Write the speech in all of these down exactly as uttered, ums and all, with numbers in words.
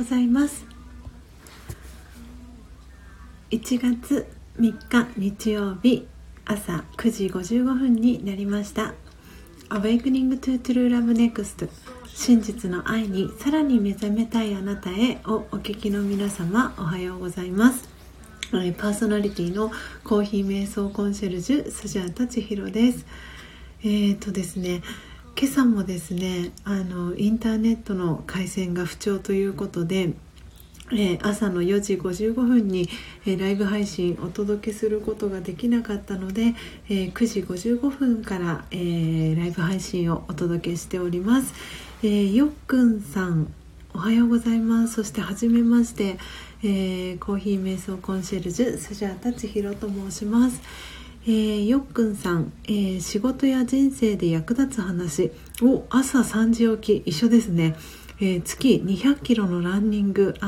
ざいます。いちがつみっか日曜日朝くじごじゅうごふんになりました。 Awakening to True Love Next 真実の愛にさらに目覚めたいあなたへをお聞きの皆様、おはようございます。パーソナリティのコーヒー瞑想コンシェルジュスジャータ千尋です。えーとですね今朝もですねあのインターネットの回線が不調ということで、えー、朝のよじごじゅうごふんに、えー、ライブ配信お届けすることができなかったので、えー、くじごじゅうごふんから、えー、ライブ配信をお届けしております。えー、よっくんさんおはようございます。そしてはじめまして、えー、コーヒー瞑想コンシェルジュスジャータ千尋と申します。えー、よっくんさん、えー、仕事や人生で役立つ話を朝さんじ起き、一緒ですね。えー、月にひゃくキロのランニング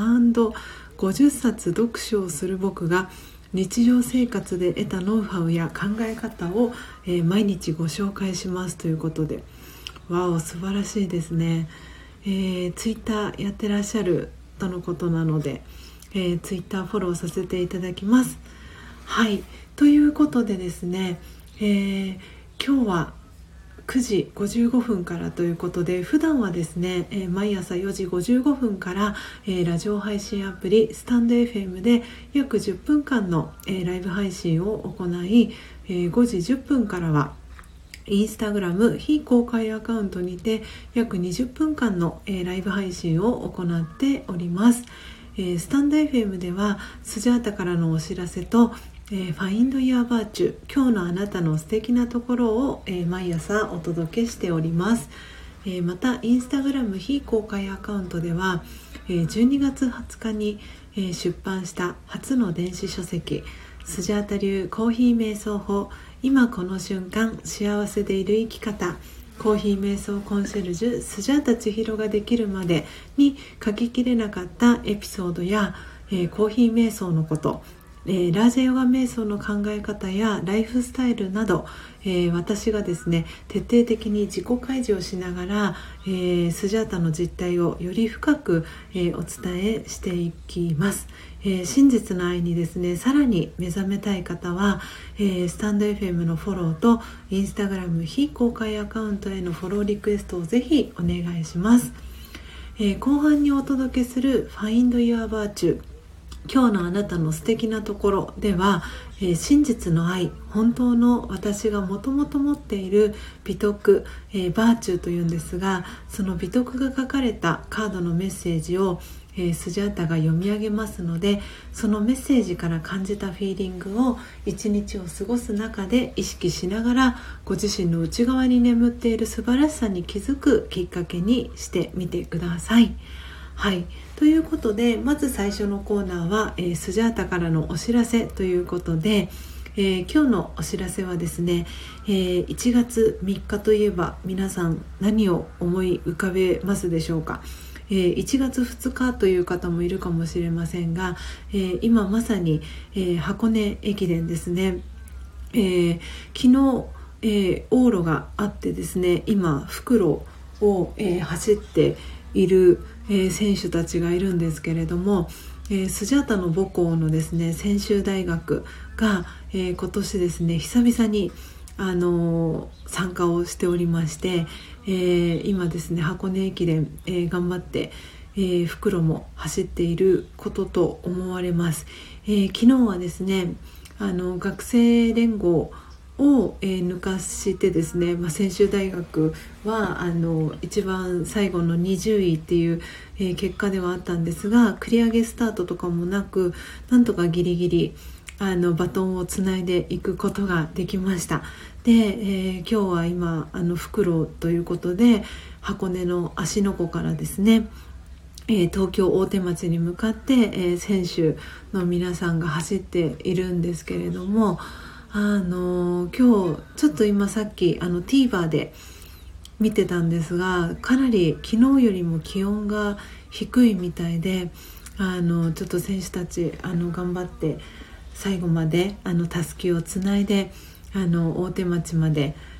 &ごじゅっさつ読書をする僕が日常生活で得たノウハウや考え方を、えー、毎日ご紹介しますということで、わお素晴らしいですね。えー、ツイッターやってらっしゃるとのことなので、えー、ツイッターフォローさせていただきます。はいということでですね、えー、今日はくじごじゅうごふんからということで、普段はですね、えー、毎朝よじごじゅうごふんから、えー、ラジオ配信アプリスタンド エフエム で約じゅっぷんかんの、えー、ライブ配信を行い、えー、ごじじゅっぷんからはインスタグラム非公開アカウントにて約にじゅっぷんかんの、えー、ライブ配信を行っております。えー、スタンド エフエム ではスジャータからのお知らせと、えー、Find Your Virtue 今日のあなたの素敵なところを、えー、毎朝お届けしております。えー、またインスタグラム非公開アカウントでは、えー、じゅうにがつはつかに、えー、出版した初の電子書籍スジャータ流コーヒー瞑想法今この瞬間幸せでいる生き方コーヒー瞑想コンシェルジュスジャータ千尋ができるまでに書ききれなかったエピソードや、えー、コーヒー瞑想のこと、えー、ラージャヨガ瞑想の考え方やライフスタイルなど、えー、私がですね徹底的に自己開示をしながら、えー、スジャータの実態をより深く、えー、お伝えしていきます。えー、真実の愛にですねさらに目覚めたい方は、えー、スタンド エフエム のフォローとインスタグラム非公開アカウントへのフォローリクエストをぜひお願いします。えー、後半にお届けする Find Your Virtue 今日のあなたの素敵なところでは、えー、真実の愛本当の私がもともと持っている美徳、えー、バーチューというんですが、その美徳が書かれたカードのメッセージをえー、スジャータが読み上げますので、そのメッセージから感じたフィーリングを一日を過ごす中で意識しながらご自身の内側に眠っている素晴らしさに気づくきっかけにしてみてください。はいということで、まず最初のコーナーは、えー、スジャータからのお知らせということで、えー、今日のお知らせはですね、えー、いちがつみっかといえば皆さん何を思い浮かべますでしょうか。えー、いちがつふつかという方もいるかもしれませんが、えー、今まさに、えー、箱根駅伝ですね、えー、昨日、えー、往路があってですね、今復路を、えー、走っている、えー、選手たちがいるんですけれども、えー、スジャータの母校のですね専修大学が、えー、今年ですね久々にあのー、参加をしておりまして、えー、今ですね箱根駅伝、えー、頑張って、えー、復路も走っていることと思われます。えー、昨日はですねあの学生連合を、えー、抜かしてですね、まあ、専修大学はあの一番最後のにじゅういっていう、えー、結果ではあったんですが、繰り上げスタートとかもなくなんとかギリギリあのバトンをつないでいくことができました。で、えー、今日は今あの復路ということで箱根の芦ノ湖からですね、えー、東京大手町に向かって、えー、選手の皆さんが走っているんですけれども、あのー、今日ちょっと今さっきあの TVer で見てたんですが、かなり昨日よりも気温が低いみたいで、あのちょっと選手たちあの頑張って最後まであのたすきをつないであの大手町まで、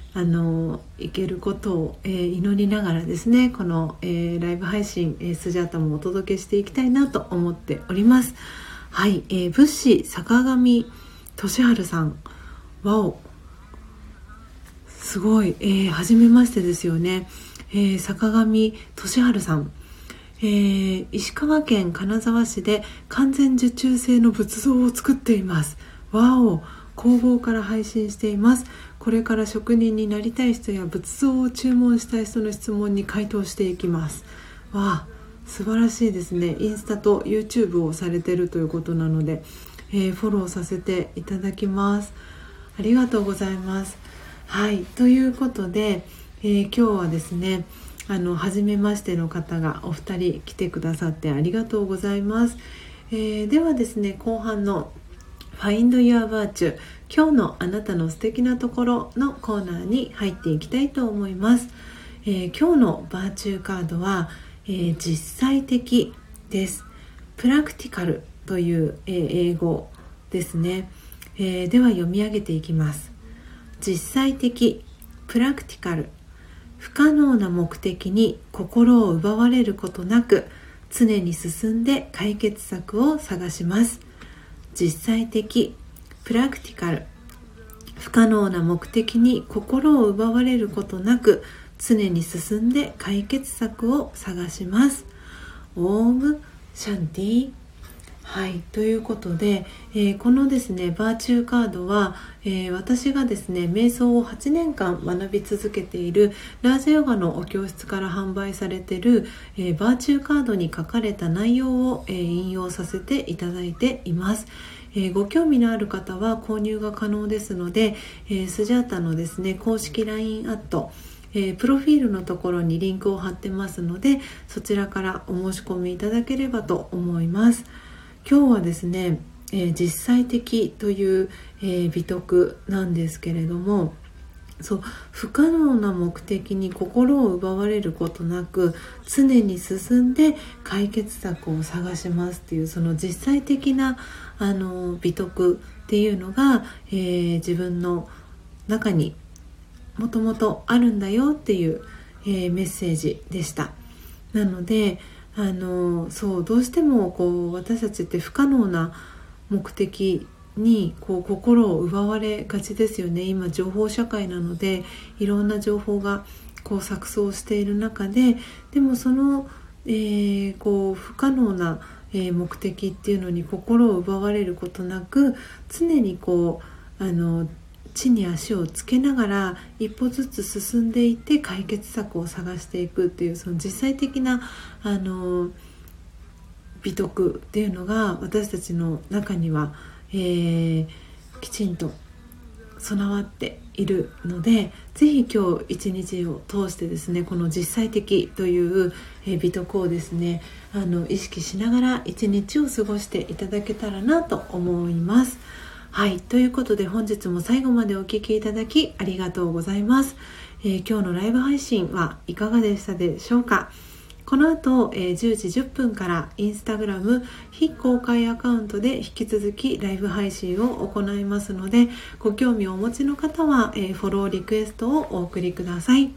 あのいけることを、えー、祈りながらですね、この、えー、ライブ配信、えー、スジャータもお届けしていきたいなと思っております。はい、えー、仏師坂上俊治さん、わお、すごい、えー、初めましてですよね。えー、坂上俊治さん、えー、石川県金沢市で完全受注製の仏像を作っています。わお、工房から配信しています。これから職人になりたい人や仏像を注文したい人の質問に回答していきます。わあ、素晴らしいですね。インスタと YouTube をされているということなので、えー、フォローさせていただきます。ありがとうございます。はい、ということで、えー、今日はですね、あの初めましての方がお二人来てくださってありがとうございます。えー、ではですね、後半のFind Your Virtue、 今日のあなたの素敵なところのコーナーに入っていきたいと思います。えー、今日のバーチューカードは、えー、実際的です。プラクティカルという、えー、英語ですね。えー、では読み上げていきます。実際的、プラクティカル、不可能な目的に心を奪われることなく常に進んで解決策を探します。実際的、プラクティカル、不可能な目的に心を奪われることなく常に進んで解決策を探します。オームシャンティ。はい、ということで、えー、このですねバーチューカードは、えー、私がですね瞑想をはちねんかん学び続けているラージャヨガのお教室から販売されている、えー、バーチューカードに書かれた内容を、えー、引用させていただいています。えー、ご興味のある方は購入が可能ですので、えー、スジャータのですね公式 ライン アット、えー、プロフィールのところにリンクを貼ってますので、そちらからお申し込みいただければと思います。今日はですね、えー、実際的という、えー、美徳なんですけれども、そう不可能な目的に心を奪われることなく常に進んで解決策を探しますっていう、その実際的なあの美徳っていうのが、えー、自分の中にもともとあるんだよっていう、えー、メッセージでした。なのであのそうどうしてもこう私たちって不可能な目的にこう心を奪われがちですよね。今情報社会なのでいろんな情報がこう錯綜している中で、でもその、えー、こう不可能な、えー、目的っていうのに心を奪われることなく常にこうあの地に足をつけながら一歩ずつ進んでいって解決策を探していくっていう、その実際的なあの美徳っていうのが私たちの中には、えー、きちんと備わっているので、ぜひ今日一日を通してですねこの実際的という、えー、美徳をですねあの意識しながら一日を過ごしていただけたらなと思います。はい、ということで本日も最後までお聞きいただきありがとうございます。えー、今日のライブ配信はいかがでしたでしょうか。この後、えー、じゅうじじゅっぷんからインスタグラム非公開アカウントで引き続きライブ配信を行いますので、ご興味をお持ちの方は、えー、フォローリクエストをお送りください。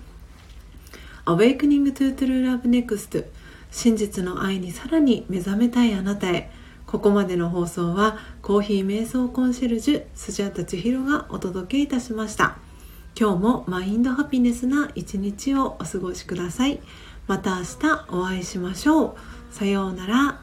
Awakening to True Love Next、 真実の愛にさらに目覚めたいあなたへ。ここまでの放送はコーヒー瞑想コンシェルジュスジャータ千尋がお届けいたしました。今日もマインドハピネスな一日をお過ごしください。また明日お会いしましょう。さようなら。